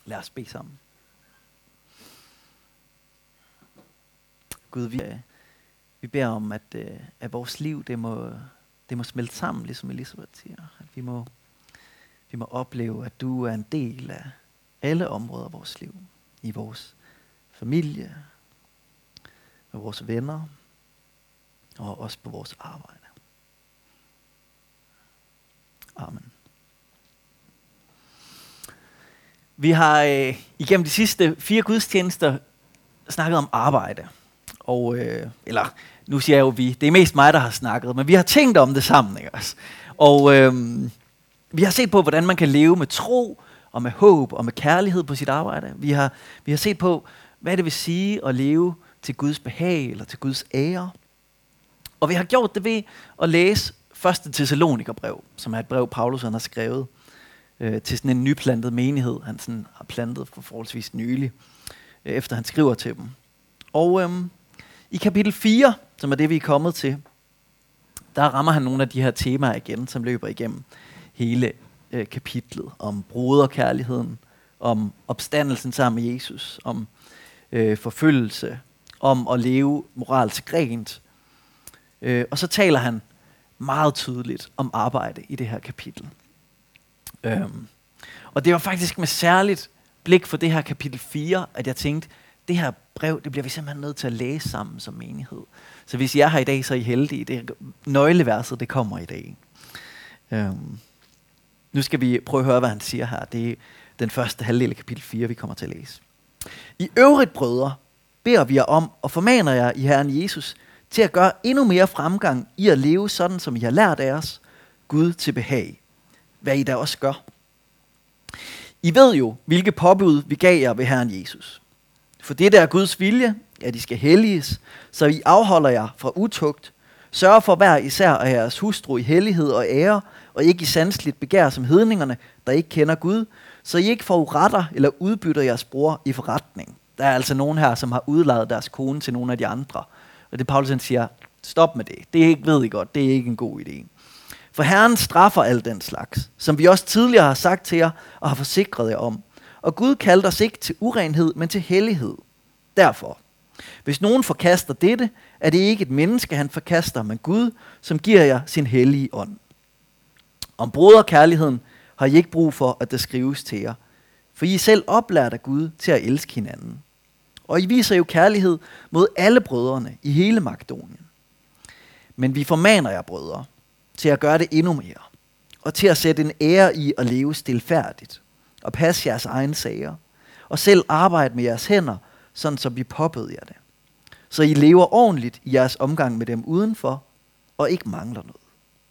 Lad os bede sammen. Gud, vi beder om, at vores liv, det må smelte sammen, ligesom Elisabeth siger. At vi må opleve, at du er en del af alle områder af vores liv. I vores familie, med vores venner, og også på vores arbejde. Amen. Vi har igennem de sidste 4 gudstjenester snakket om arbejde. Og, eller nu siger jeg jo vi, det er mest mig, der har snakket, men vi har tænkt om det sammen, ikke også? Og vi har set på, hvordan man kan leve med tro, og med håb, og med kærlighed på sit arbejde. Vi har set på, hvad det vil sige at leve til Guds behag, eller til Guds ære. Og vi har gjort det ved at læse 1. Thessalonikerbrev, som er et brev, Paulus har skrevet til sådan en nyplantet menighed, han sådan har plantet for forholdsvis nylig, efter han skriver til dem. Og i kapitel 4, som er det, vi er kommet til, der rammer han nogle af de her temaer igen, som løber igennem hele kapitlet, om broderkærligheden, om opstandelsen sammen med Jesus, om forfølgelse, om at leve moralsk rent. Og så taler han meget tydeligt om arbejde i det her kapitel. Og det var faktisk med særligt blik for det her kapitel 4, at jeg tænkte, det her brev, det bliver vi simpelthen nødt til at læse sammen som menighed. Så hvis I er her i dag, så er I heldige. Det nøgleverset, det kommer i dag. Nu skal vi prøve at høre, hvad han siger her. Det er den første halvdel af kapitel 4, vi kommer til at læse. I øvrigt, brødre, beder vi jer om og formaner jer i Herren Jesus til at gøre endnu mere fremgang i at leve sådan, som I har lært af os, Gud til behag. Hvad I da også gør. I ved jo, hvilke påbud vi gav jer ved Herren Jesus. For det der er Guds vilje, at I skal helliges, så I afholder jer fra utugt, sørger for hver især af jeres hustru i hellighed og ære, og ikke i sandsligt begær som hedningerne, der ikke kender Gud, så I ikke foruretter eller udbytter jeres bror i forretning. Der er altså nogen her, som har udlejet deres kone til nogle af de andre. Og det Paulus siger, stop med det. Det ved I godt, det er ikke en god idé. For Herren straffer alt den slags, som vi også tidligere har sagt til jer og har forsikret jer om. Og Gud kaldte os ikke til urenhed, men til hellighed. Derfor, hvis nogen forkaster dette, er det ikke et menneske, han forkaster, men Gud, som giver jer sin hellige ånd. Om broderkærligheden har I ikke brug for, at der skrives til jer, for I er selv oplært af Gud til at elske hinanden. Og I viser jo kærlighed mod alle brødrene i hele Makedonien. Men vi formaner jer, brødre, til at gøre det endnu mere, og til at sætte en ære i at leve stilfærdigt, og passe jeres egne sager, og selv arbejde med jeres hænder, sådan som vi påbød jer det. Så I lever ordentligt i jeres omgang med dem udenfor, og ikke mangler noget.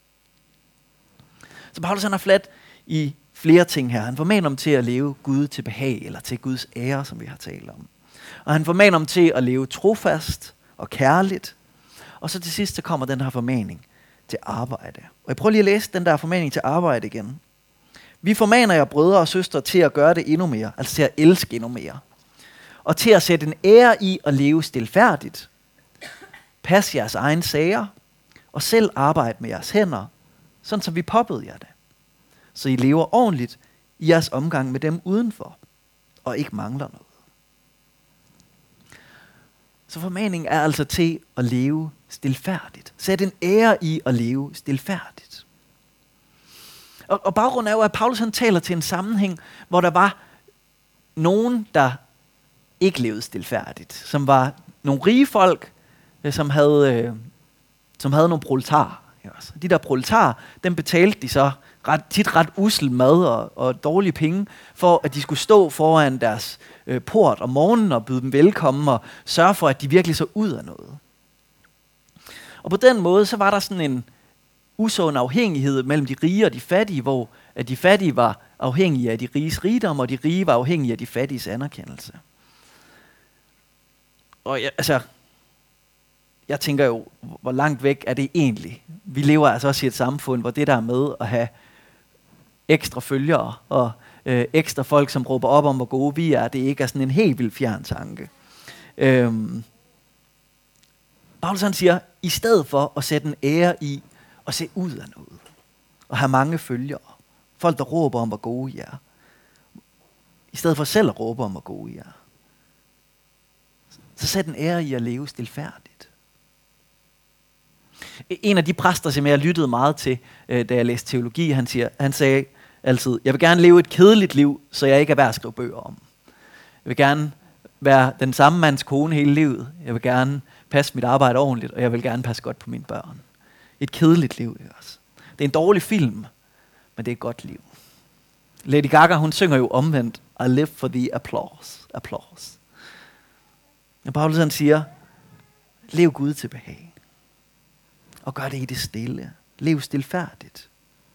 Så Paulus han har flat i flere ting her. Han formaner dem til at leve Gud til behag, eller til Guds ære, som vi har talt om. Og han formaner dem til at leve trofast og kærligt. Og så til sidst så kommer den her formaning til arbejde. Og jeg prøver lige at læse den der formaning til arbejde igen. Vi formaner jer, brødre og søstre, til at gøre det endnu mere, altså til at elske endnu mere. Og til at sætte en ære i at leve stilfærdigt. Pas jeres egne sager, og selv arbejde med jeres hænder, sådan som vi påbød jer det. Så I lever ordentligt i jeres omgang med dem udenfor, og ikke mangler noget. Så formaningen er altså til at leve stilfærdigt. Sæt en ære i at leve stilfærdigt. Og baggrunden er jo, at Paulus han taler til en sammenhæng, hvor der var nogen, der ikke levede stilfærdigt. Som var nogle rige folk, som havde nogle proletarer. De der proletarer, dem betalte de så tit ret usel mad og dårlige penge, for at de skulle stå foran deres port om morgenen og byde dem velkommen og sørge for, at de virkelig så ud af noget. Og på den måde, så var der sådan en usund afhængighed mellem de rige og de fattige, hvor at de fattige var afhængige af de riges rigdom, og de rige var afhængige af de fattiges anerkendelse. Og jeg tænker jo, hvor langt væk er det egentlig? Vi lever altså også i et samfund, hvor det der med at have ekstra følgere og ekstra folk, som råber op om, hvor gode vi er, det ikke er sådan en helt vildt fjern tanke. Paulus han siger, i stedet for at sætte en ære i at se ud af noget, og have mange følgere, folk der råber om, hvor gode I er, I stedet for selv at råbe om at gå i jer. Så sæt en ære i at leve stilfærdigt. En af de præster, som jeg lyttede meget til, da jeg læste teologi, han sagde altid, jeg vil gerne leve et kedeligt liv, så jeg ikke er værd at skrive bøger om. Jeg vil gerne være den samme mands kone hele livet. Jeg vil gerne passe mit arbejde ordentligt, og jeg vil gerne passe godt på mine børn. Et kedeligt liv, ikke også? Det er en dårlig film, men det er et godt liv. Lady Gaga, hun synger jo omvendt, I live for the applause. Og Paulus han siger, lev Gud til behag. Og gør det i det stille. Lev stilfærdigt.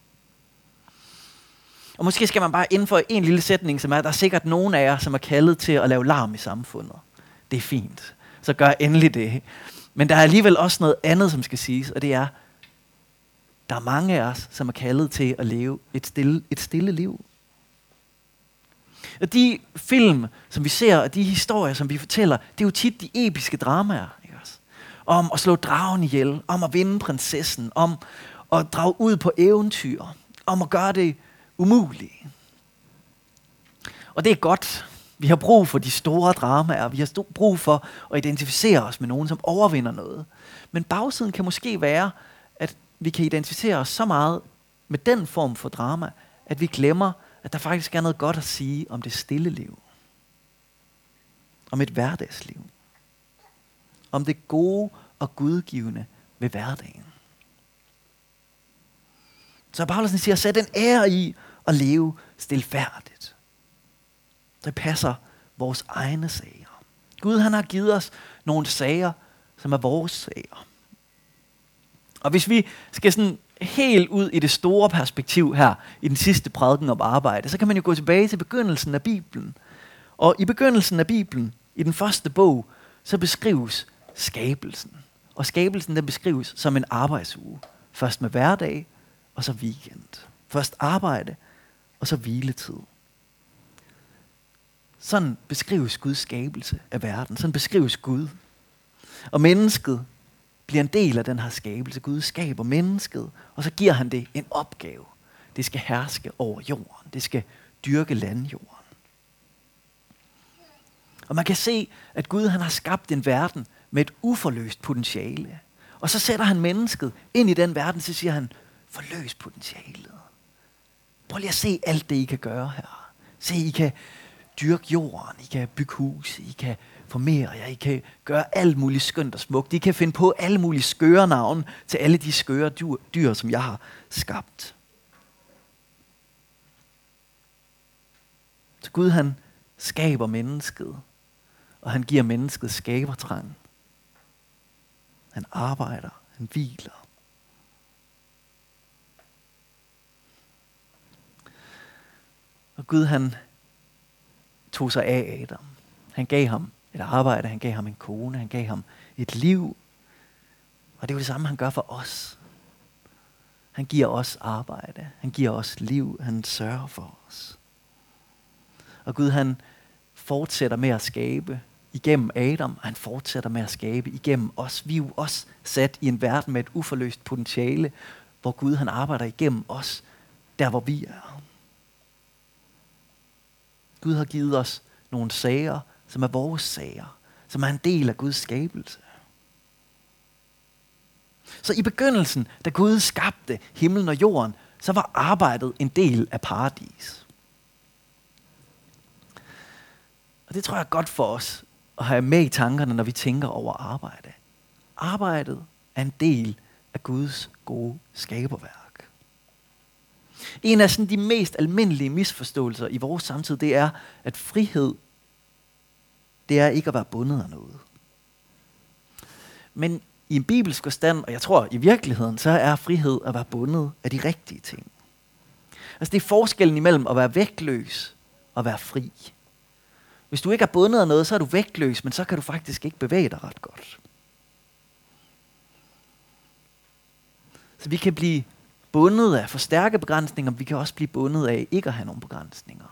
Og måske skal man bare indføre en lille sætning, som er, der er sikkert nogen af jer, som er kaldet til at lave larm i samfundet. Det er fint. Så gør endelig det. Men der er alligevel også noget andet, som skal siges, og det er, der er mange af os, som er kaldet til at leve et stille liv. Og de film, som vi ser, og de historier, som vi fortæller, det er jo tit de episke dramaer, ikke også? Om at slå dragen ihjel, om at vinde prinsessen, om at drage ud på eventyr, om at gøre det umulige. Og det er godt. Vi har brug for de store dramaer, vi har brug for at identificere os med nogen, som overvinder noget. Men bagsiden kan måske være, at vi kan identificere os så meget med den form for drama, at vi glemmer, at der faktisk er noget godt at sige om det stille liv. Om et hverdagsliv. Om det gode og gudgivende ved hverdagen. Så Paulus siger, sæt en ære i at leve stilfærdigt. Det passer vores egne sager. Gud han har givet os nogle sager, som er vores sager. Og hvis vi skal sådan helt ud i det store perspektiv her, i den sidste prædiken om arbejde, så kan man jo gå tilbage til begyndelsen af Bibelen. Og i begyndelsen af Bibelen, i den første bog, så beskrives skabelsen. Og skabelsen den beskrives som en arbejdsuge. Først med hverdag, og så weekend. Først arbejde, og så hviletid. Sådan beskrives Guds skabelse af verden. Sådan beskrives Gud. Og mennesket bliver en del af den her skabelse. Gud skaber mennesket, og så giver han det en opgave. Det skal herske over jorden. Det skal dyrke landjorden. Og man kan se, at Gud han har skabt en verden med et uforløst potentiale. Og så sætter han mennesket ind i den verden, så siger han, forløs potentialet. Prøv lige at se alt det, I kan gøre her. Se, I kan dyrke jorden, I kan bygge hus, I kan formere jer, I kan gøre alt muligt skønt og smukt. I kan finde på alle mulige skøre navne til alle de skøre dyr, som jeg har skabt. Så Gud han skaber mennesket, og han giver mennesket skabertrang. Han arbejder, han hviler. Og Gud han tog sig af Adam. Han gav ham et arbejde, han gav ham en kone, han gav ham et liv. Og det er jo det samme, han gør for os. Han giver os arbejde, han giver os liv, han sørger for os. Og Gud han fortsætter med at skabe igennem Adam, og han fortsætter med at skabe igennem os. Vi er jo også sat i en verden med et uforløst potentiale, hvor Gud han arbejder igennem os, der hvor vi er. Gud har givet os nogle sager, som er vores sager, som er en del af Guds skabelse. Så i begyndelsen, da Gud skabte himlen og jorden, så var arbejdet en del af paradis. Og det tror jeg er godt for os at have med i tankerne, når vi tænker over arbejde. Arbejdet er en del af Guds gode skaberværk. En af sådan de mest almindelige misforståelser i vores samtid, det er, at frihed, det er ikke at være bundet af noget. Men i en bibelsk forstand, og jeg tror i virkeligheden, så er frihed at være bundet af de rigtige ting. Altså det er forskellen imellem at være vægtløs og være fri. Hvis du ikke er bundet af noget, så er du vægtløs, men så kan du faktisk ikke bevæge dig ret godt. Så vi kan blive bundet af for stærke begrænsninger, men vi kan også blive bundet af ikke at have nogen begrænsninger.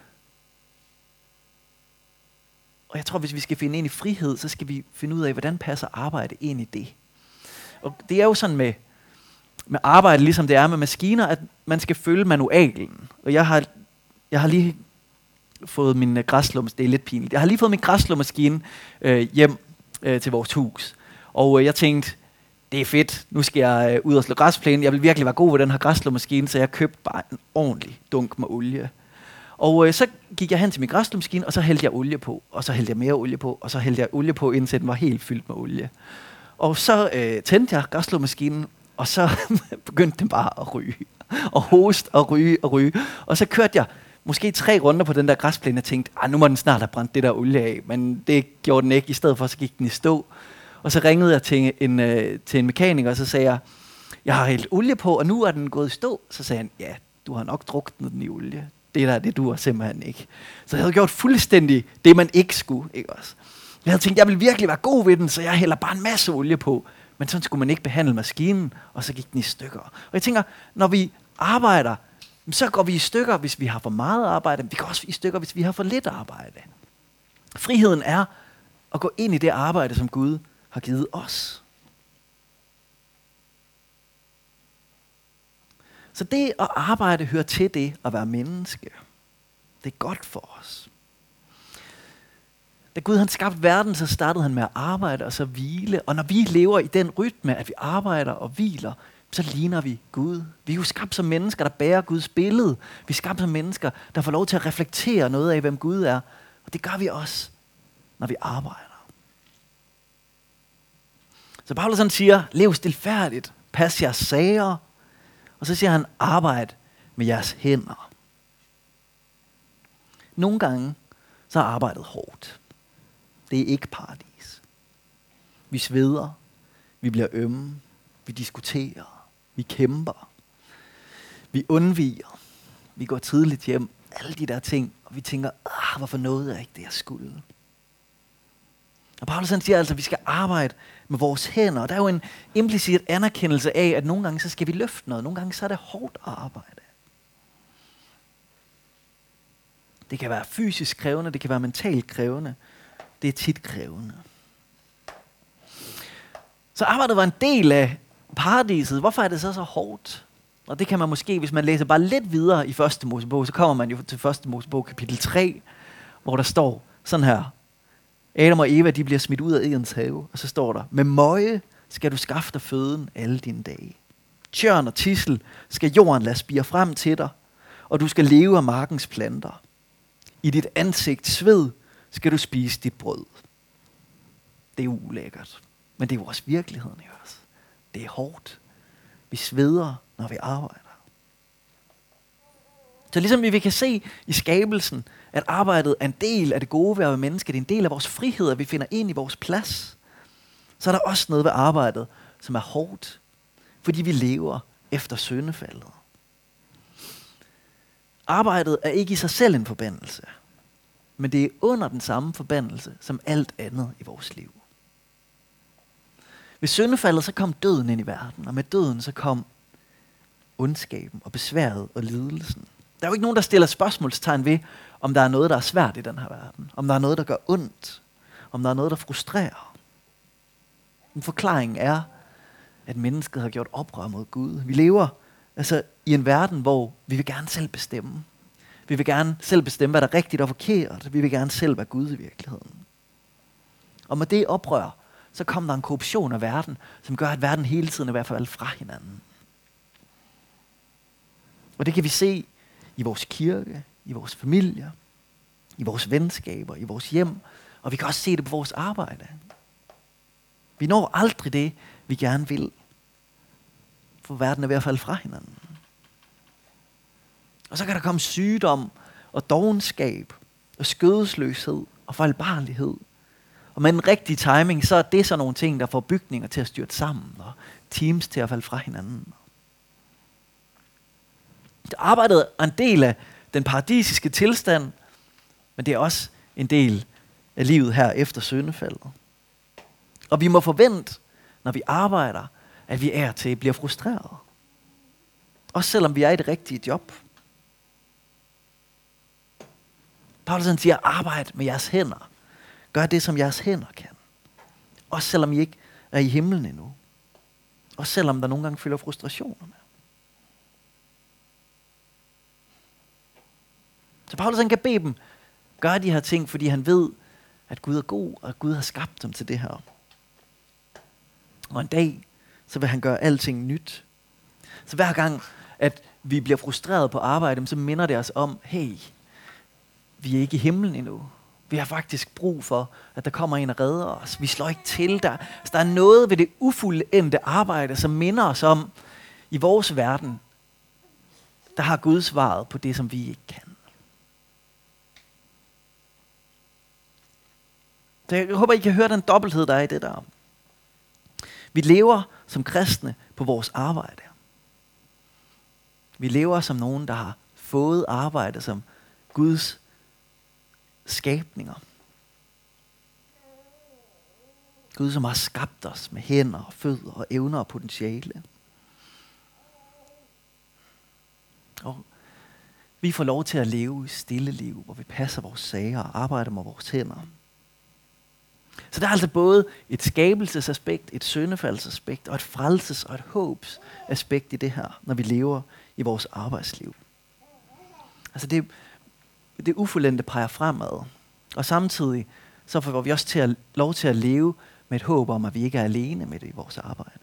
Og jeg tror, hvis vi skal finde ind i frihed, så skal vi finde ud af, hvordan passer arbejde ind i det. Og det er jo sådan med arbejde, ligesom det er med maskiner, at man skal følge manualen. Og jeg har lige fået min græsslåmaskine. Det er lidt pinligt. Jeg har lige fået min græsslåmaskine hjem til vores hus. Og jeg tænkte, det er fedt. Nu skal jeg ud og slå græsplænen. Jeg vil virkelig være god ved den her græsslåmaskine, så jeg købte bare en ordentlig dunk med olie. Og så gik jeg hen til min græsslåmaskine, og så hældte jeg olie på. Og så hældte jeg mere olie på, og så hældte jeg olie på, indtil den var helt fyldt med olie. Og så tændte jeg græsslåmaskinen, og så begyndte den bare at ryge. Og hoste og ryge. Og så kørte jeg måske 3 runder på den der græsplæne, og tænkte, nu må den snart have brændt det der olie af. Men det gjorde den ikke. I stedet for, så gik den i stå. Og så ringede jeg til en mekaniker, og så sagde jeg har hældt olie på, og nu er den gået i stå. Så sagde han, ja, du har nok druknet den i olie. Det duer simpelthen ikke. Så jeg havde gjort fuldstændig det, man ikke skulle. Ikke også? Jeg havde tænkt, jeg ville virkelig være god ved den, så jeg hælder bare en masse olie på. Men sådan skulle man ikke behandle maskinen, og så gik den i stykker. Og jeg tænker, når vi arbejder, så går vi i stykker, hvis vi har for meget arbejde. Vi går også i stykker, hvis vi har for lidt arbejde. Friheden er at gå ind i det arbejde, som Gud har givet os. Så det at arbejde hører til det at være menneske. Det er godt for os. Da Gud han skabte verden, så startede han med at arbejde og så hvile. Og når vi lever i den rytme, at vi arbejder og hviler, så ligner vi Gud. Vi er jo skabt som mennesker, der bærer Guds billede. Vi er skabt som mennesker, der får lov til at reflektere noget af, hvem Gud er. Og det gør vi også, når vi arbejder. Så Paulus han siger, lev stilfærdigt, pas jeres sager. Og så siger han, arbejd med jeres hænder. Nogle gange, så er arbejdet hårdt. Det er ikke paradis. Vi sveder, vi bliver ømme, vi diskuterer, vi kæmper, vi undviger, vi går tidligt hjem, alle de der ting, og vi tænker, hvorfor nåede jeg ikke det, jeg skulle? Og Paulus han siger altså, at vi skal arbejde med vores hænder, og der er jo en implicit anerkendelse af, at nogle gange så skal vi løfte noget, nogle gange så er det hårdt at arbejde. Det kan være fysisk krævende, det kan være mentalt krævende, det er tit krævende. Så arbejdet var en del af paradiset. Hvorfor er det så hårdt? Og det kan man måske, hvis man læser bare lidt videre i første Mosebog, så kommer man jo til første Mosebog kapitel 3, hvor der står sådan her. Adam og Eva, de bliver smidt ud af Edens have, og så står der, med møje skal du skaffe dig føden alle dine dage. Tjørn og tidsel skal jorden lade spire frem til dig, og du skal leve af markens planter. I dit ansigt sved skal du spise dit brød. Det er ulækkert, men det er jo også virkeligheden i os. Det er hårdt. Vi sveder, når vi arbejder. Så ligesom vi kan se i skabelsen, at arbejdet er en del af det gode ved at være menneske, det er en del af vores frihed, at vi finder ind i vores plads, så er der også noget ved arbejdet, som er hårdt, fordi vi lever efter syndefaldet. Arbejdet er ikke i sig selv en forbandelse, men det er under den samme forbandelse som alt andet i vores liv. Ved syndefaldet så kom døden ind i verden, og med døden så kom ondskaben og besværet og lidelsen. Der er jo ikke nogen, der stiller spørgsmålstegn ved, om der er noget, der er svært i den her verden. Om der er noget, der gør ondt. Om der er noget, der frustrerer. En forklaring er, at mennesket har gjort oprør mod Gud. Vi lever altså i en verden, hvor vi vil gerne selv bestemme. Vi vil gerne selv bestemme, hvad der er rigtigt og forkert. Vi vil gerne selv være Gud i virkeligheden. Og med det oprør, så kom der en korruption af verden, som gør, at verden hele tiden er i hvert fald fra hinanden. Og det kan vi se i vores kirke, i vores familier, i vores venskaber, i vores hjem, og vi kan også se det på vores arbejde. Vi når aldrig det, vi gerne vil, for verden er ved at falde fra hinanden. Og så kan der komme sygdom og dovenskab og skødesløshed og fejlbarlighed. Og med den rigtige timing, så er det så nogle ting, der får bygninger til at styrte sammen og teams til at falde fra hinanden. Arbejdet er en del af den paradisiske tilstand, men det er også en del af livet her efter syndefaldet. Og vi må forvente, når vi arbejder, at vi er til at blive frustreret. Også selvom vi er i det rigtige job. Paulus siger, arbejde med jeres hænder. Gør det, som jeres hænder kan. Også selvom I ikke er i himlen endnu. Også selvom der nogle gange følger frustrationer med. Så Paulus kan bede dem, Gør de her ting, fordi han ved, at Gud er god, og at Gud har skabt dem til det her. Og en dag, så vil han gøre alting nyt. Så hver gang, at vi bliver frustreret på arbejde, så minder det os om, hey, vi er ikke i himlen endnu. Vi har faktisk brug for, at der kommer en og redder os. Vi slår ikke til. Der er noget ved det ufuldendte arbejde, som minder os om, i vores verden, der har Gud svaret på det, som vi ikke kan. Så jeg håber, I kan høre den dobbelthed, der er i det der. Vi lever som kristne på vores arbejde. Vi lever som nogen, der har fået arbejde som Guds skabninger. Gud, som har skabt os med hænder og fødder og evner og potentiale. Og vi får lov til at leve i stille liv, hvor vi passer vores sager og arbejder med vores hænder. Så der er altså både et skabelsesaspekt, et syndefaldsaspekt og et frelses- og et håbsaspekt i det her, når vi lever i vores arbejdsliv. Altså det ufuldendte peger fremad. Og samtidig så får vi også lov til at leve med et håb om, at vi ikke er alene med det i vores arbejde.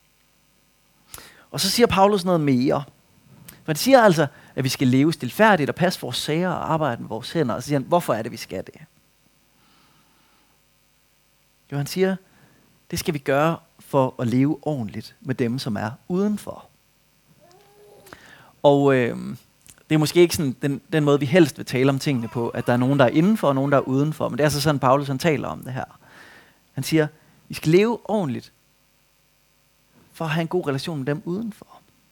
Og så siger Paulus noget mere. For han siger altså, at vi skal leve stilfærdigt og passe vores sager og arbejde med vores hænder. Og så siger han, hvorfor er det, vi skal det? Jo, han siger, det skal vi gøre for at leve ordentligt med dem, som er udenfor. Og det er måske ikke sådan den måde, vi helst vil tale om tingene på, at der er nogen, der er indenfor og nogen, der er udenfor. Men det er altså sådan, Paulus han taler om det her. Han siger, vi skal leve ordentligt for at have en god relation med dem udenfor.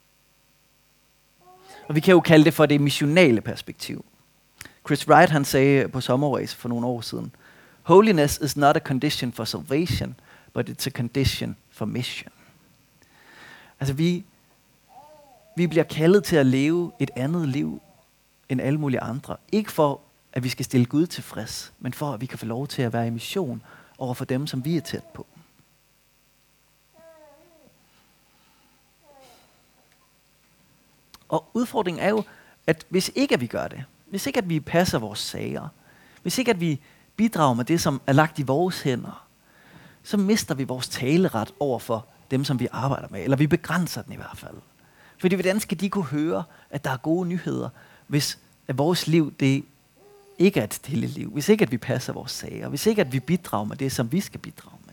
Og vi kan jo kalde det for det missionale perspektiv. Chris Wright han sagde på Sommerrace for nogle år siden, Holiness is not a condition for salvation, but it's a condition for mission. Altså vi bliver kaldet til at leve et andet liv end alle mulige andre. Ikke for, at vi skal stille Gud tilfreds, men for, at vi kan få lov til at være i mission over for dem, som vi er tæt på. Og udfordringen er jo, at hvis ikke at vi gør det, hvis ikke at vi passer vores sager, hvis ikke at vi bidrager med det, som er lagt i vores hænder, så mister vi vores taleret over for dem, som vi arbejder med. Eller vi begrænser den i hvert fald. Fordi hvordan skal de kunne høre, at der er gode nyheder, hvis at vores liv det ikke er et stille liv, hvis ikke at vi passer vores sager, hvis ikke at vi bidrager med det, som vi skal bidrage med.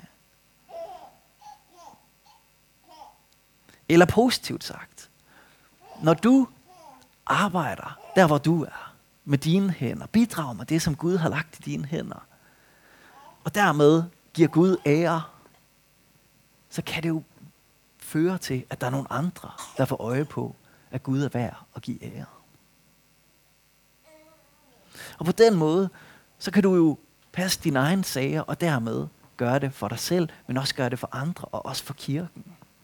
Eller positivt sagt, når du arbejder der, hvor du er, med dine hænder, bidrager med det, som Gud har lagt i dine hænder, og dermed giver Gud ære, så kan det jo føre til, at der er nogle andre, der får øje på, at Gud er værd at give ære. Og på den måde, så kan du jo passe dine egne sager, og dermed gøre det for dig selv, men også gøre det for andre, og også for kirken.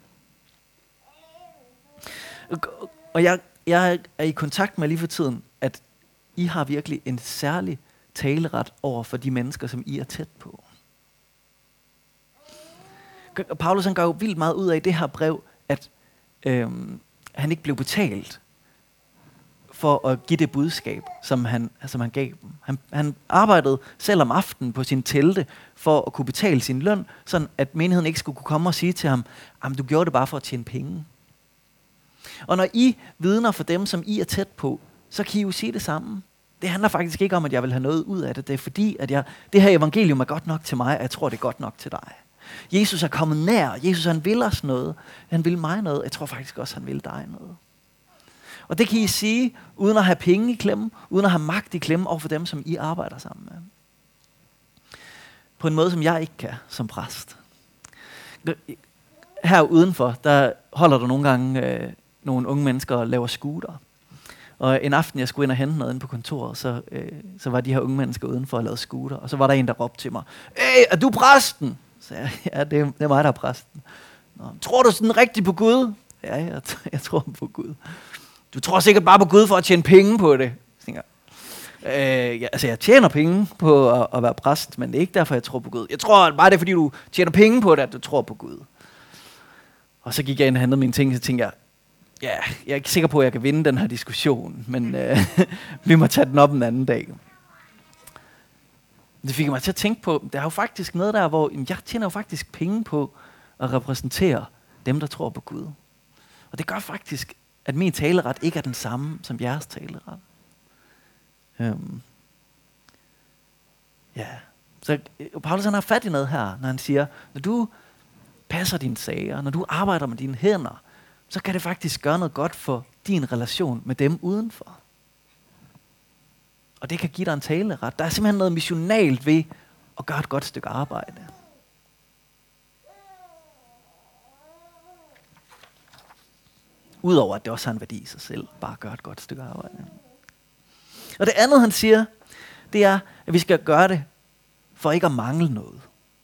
Og jeg er i kontakt med lige for tiden, at I har virkelig en særlig taleret over for de mennesker, som I er tæt på. Paulus han gør jo vildt meget ud af i det her brev, at han ikke blev betalt for at give det budskab, som han gav dem. Han arbejdede selv om aftenen på sin telte for at kunne betale sin løn, sådan at menigheden ikke skulle kunne komme og sige til ham, du gjorde det bare for at tjene penge. Og når I vidner for dem, som I er tæt på, så kan I jo sige det samme. Det handler faktisk ikke om, at jeg vil have noget ud af det. Det er fordi, at det her evangelium er godt nok til mig, og jeg tror, det er godt nok til dig. Jesus er kommet nær. Jesus han vil os noget. Han vil mig noget. Jeg tror faktisk også, han vil dig noget. Og det kan I sige, uden at have penge i klemme, uden at have magt i klemme over for dem, som I arbejder sammen med. På en måde, som jeg ikke kan som præst. Her udenfor, der holder der nogle gange nogle unge mennesker og laver scooter. Og en aften, jeg skulle ind og hente noget inde på kontoret, så var de her unge mennesker udenfor og lavede scooter. Og så var der en, der råbte til mig, hey, er du præsten? Så ja, det er mig, der er præsten. Nå, tror du sådan rigtigt på Gud? Ja, jeg tror på Gud. Du tror sikkert bare på Gud for at tjene penge på det. Så tænker jeg tjener penge på at være præst, men det er ikke derfor, jeg tror på Gud. Jeg tror bare, det er, fordi du tjener penge på det, at du tror på Gud. Og så gik jeg ind og handlede mine ting, og så tænkte jeg, ja, jeg er ikke sikker på, at jeg kan vinde den her diskussion, men vi må tage den op en anden dag. Det fik mig til at tænke på, der er jo faktisk noget der, hvor jeg tjener jo faktisk penge på at repræsentere dem, der tror på Gud. Og det gør faktisk, at min taleret ikke er den samme som jeres taleret. Ja. Så Paulus han har fat i noget her, når han siger, når du passer dine sager, når du arbejder med dine hænder, så kan det faktisk gøre noget godt for din relation med dem udenfor. Og det kan give dig en taleret. Der er simpelthen noget missionalt ved at gøre et godt stykke arbejde. Udover at det også har en værdi i sig selv, bare at gøre et godt stykke arbejde. Og det andet han siger, det er, at vi skal gøre det for ikke at mangle noget.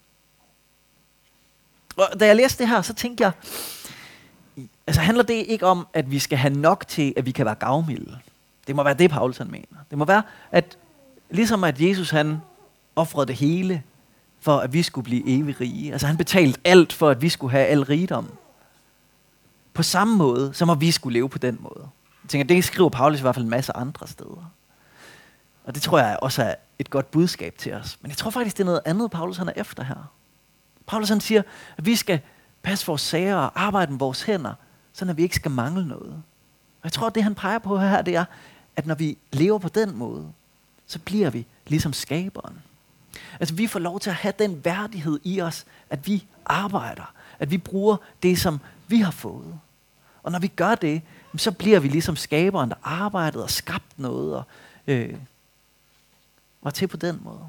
Og da jeg læste det her, så tænkte jeg, altså handler det ikke om, at vi skal have nok til, at vi kan være gavmilde. Det må være det, Paulus han mener. Det må være, at ligesom at Jesus han ofrede det hele, for at vi skulle blive evig rige. Altså han betalte alt, for at vi skulle have al rigdom. På samme måde, så må vi skulle leve på den måde. Jeg tænker, det skriver Paulus i hvert fald en masse andre steder. Og det tror jeg også er et godt budskab til os. Men jeg tror faktisk, det er noget andet, Paulus han er efter her. Paulus han siger, at vi skal passe vores sager og arbejde med vores hænder, så at vi ikke skal mangle noget. Og jeg tror, det han peger på her, det er, at når vi lever på den måde, så bliver vi ligesom skaberen. Altså vi får lov til at have den værdighed i os, at vi arbejder, at vi bruger det, som vi har fået. Og når vi gør det, så bliver vi ligesom skaberen, der arbejdede og skabt noget og var til på den måde.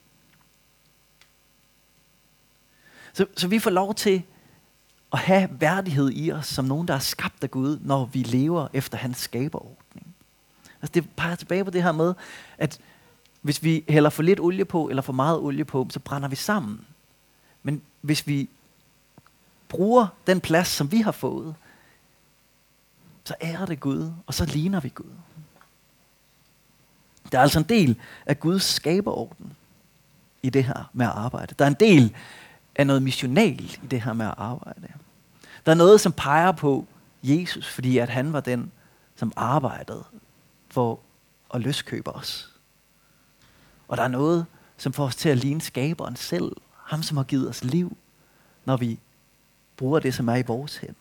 Så vi får lov til at have værdighed i os, som nogen, der er skabt af Gud, når vi lever efter hans skaberordning. Altså det peger tilbage på det her med, at hvis vi hælder for lidt olie på, eller for meget olie på, så brænder vi sammen. Men hvis vi bruger den plads, som vi har fået, så ærer det Gud, og så ligner vi Gud. Der er altså en del af Guds skaberorden i det her med at arbejde. Der er en del af noget missionalt i det her med at arbejde. Der er noget, som peger på Jesus, fordi at han var den, som arbejdede for at løskøbe os. Og der er noget, som får os til at ligne skaberen selv. Ham, som har givet os liv, når vi bruger det, som er i vores hænder.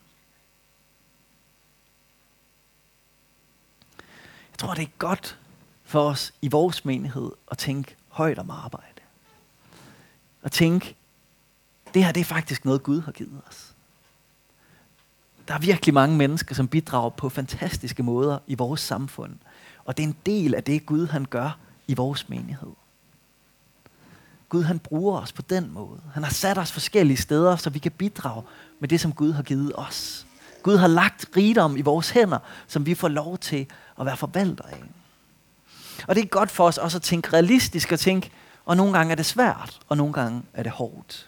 Jeg tror, det er godt for os i vores menighed at tænke højt om arbejde. Og tænke, det her det er faktisk noget, Gud har givet os. Der er virkelig mange mennesker, som bidrager på fantastiske måder i vores samfund. Og det er en del af det, Gud han gør i vores menighed. Gud han bruger os på den måde. Han har sat os forskellige steder, så vi kan bidrage med det, som Gud har givet os. Gud har lagt rigdom i vores hænder, som vi får lov til at være forvaltere af. Og det er godt for os også at tænke realistisk og tænke, og nogle gange er det svært, og nogle gange er det hårdt.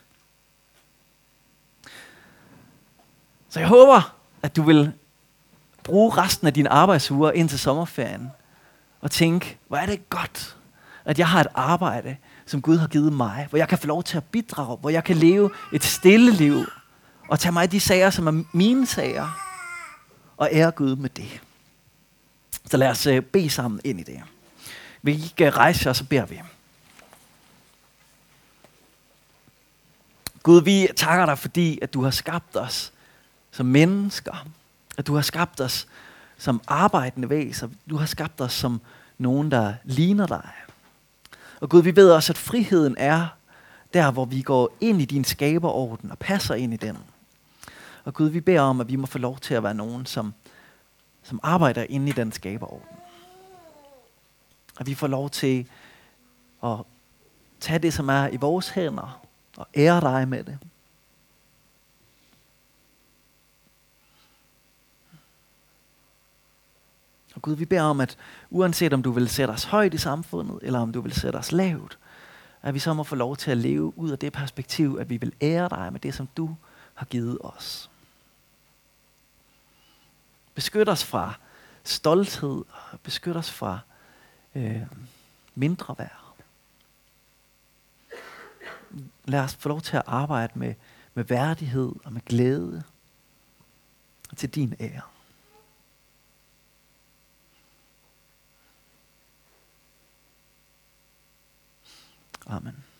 Så jeg håber, at du vil bruge resten af dine arbejdsuger ind til sommerferien og tænke, hvor er det godt, at jeg har et arbejde, som Gud har givet mig, hvor jeg kan få lov til at bidrage, hvor jeg kan leve et stille liv og tage mig af de sager, som er mine sager, og ære Gud med det. Så lad os bede sammen ind i det. Vi ikke rejse os, så beder vi. Gud, vi takker dig, fordi at du har skabt os som mennesker. At du har skabt os som arbejdende væsener. Du har skabt os som nogen, der ligner dig. Og Gud, vi ved også, at friheden er der, hvor vi går ind i din skaberorden og passer ind i den. Og Gud, vi beder om, at vi må få lov til at være nogen, som arbejder inde i den skaberorden. At vi får lov til at tage det, som er i vores hænder, og ære dig med det. Og Gud, vi beder om, at uanset om du vil sætte os højt i samfundet, eller om du vil sætte os lavt, at vi så må få lov til at leve ud af det perspektiv, at vi vil ære dig med det, som du har givet os. Beskyt os fra stolthed, og beskyt os fra mindre værd. Lad os få lov til at arbejde med værdighed og med glæde og til din ære. Amen.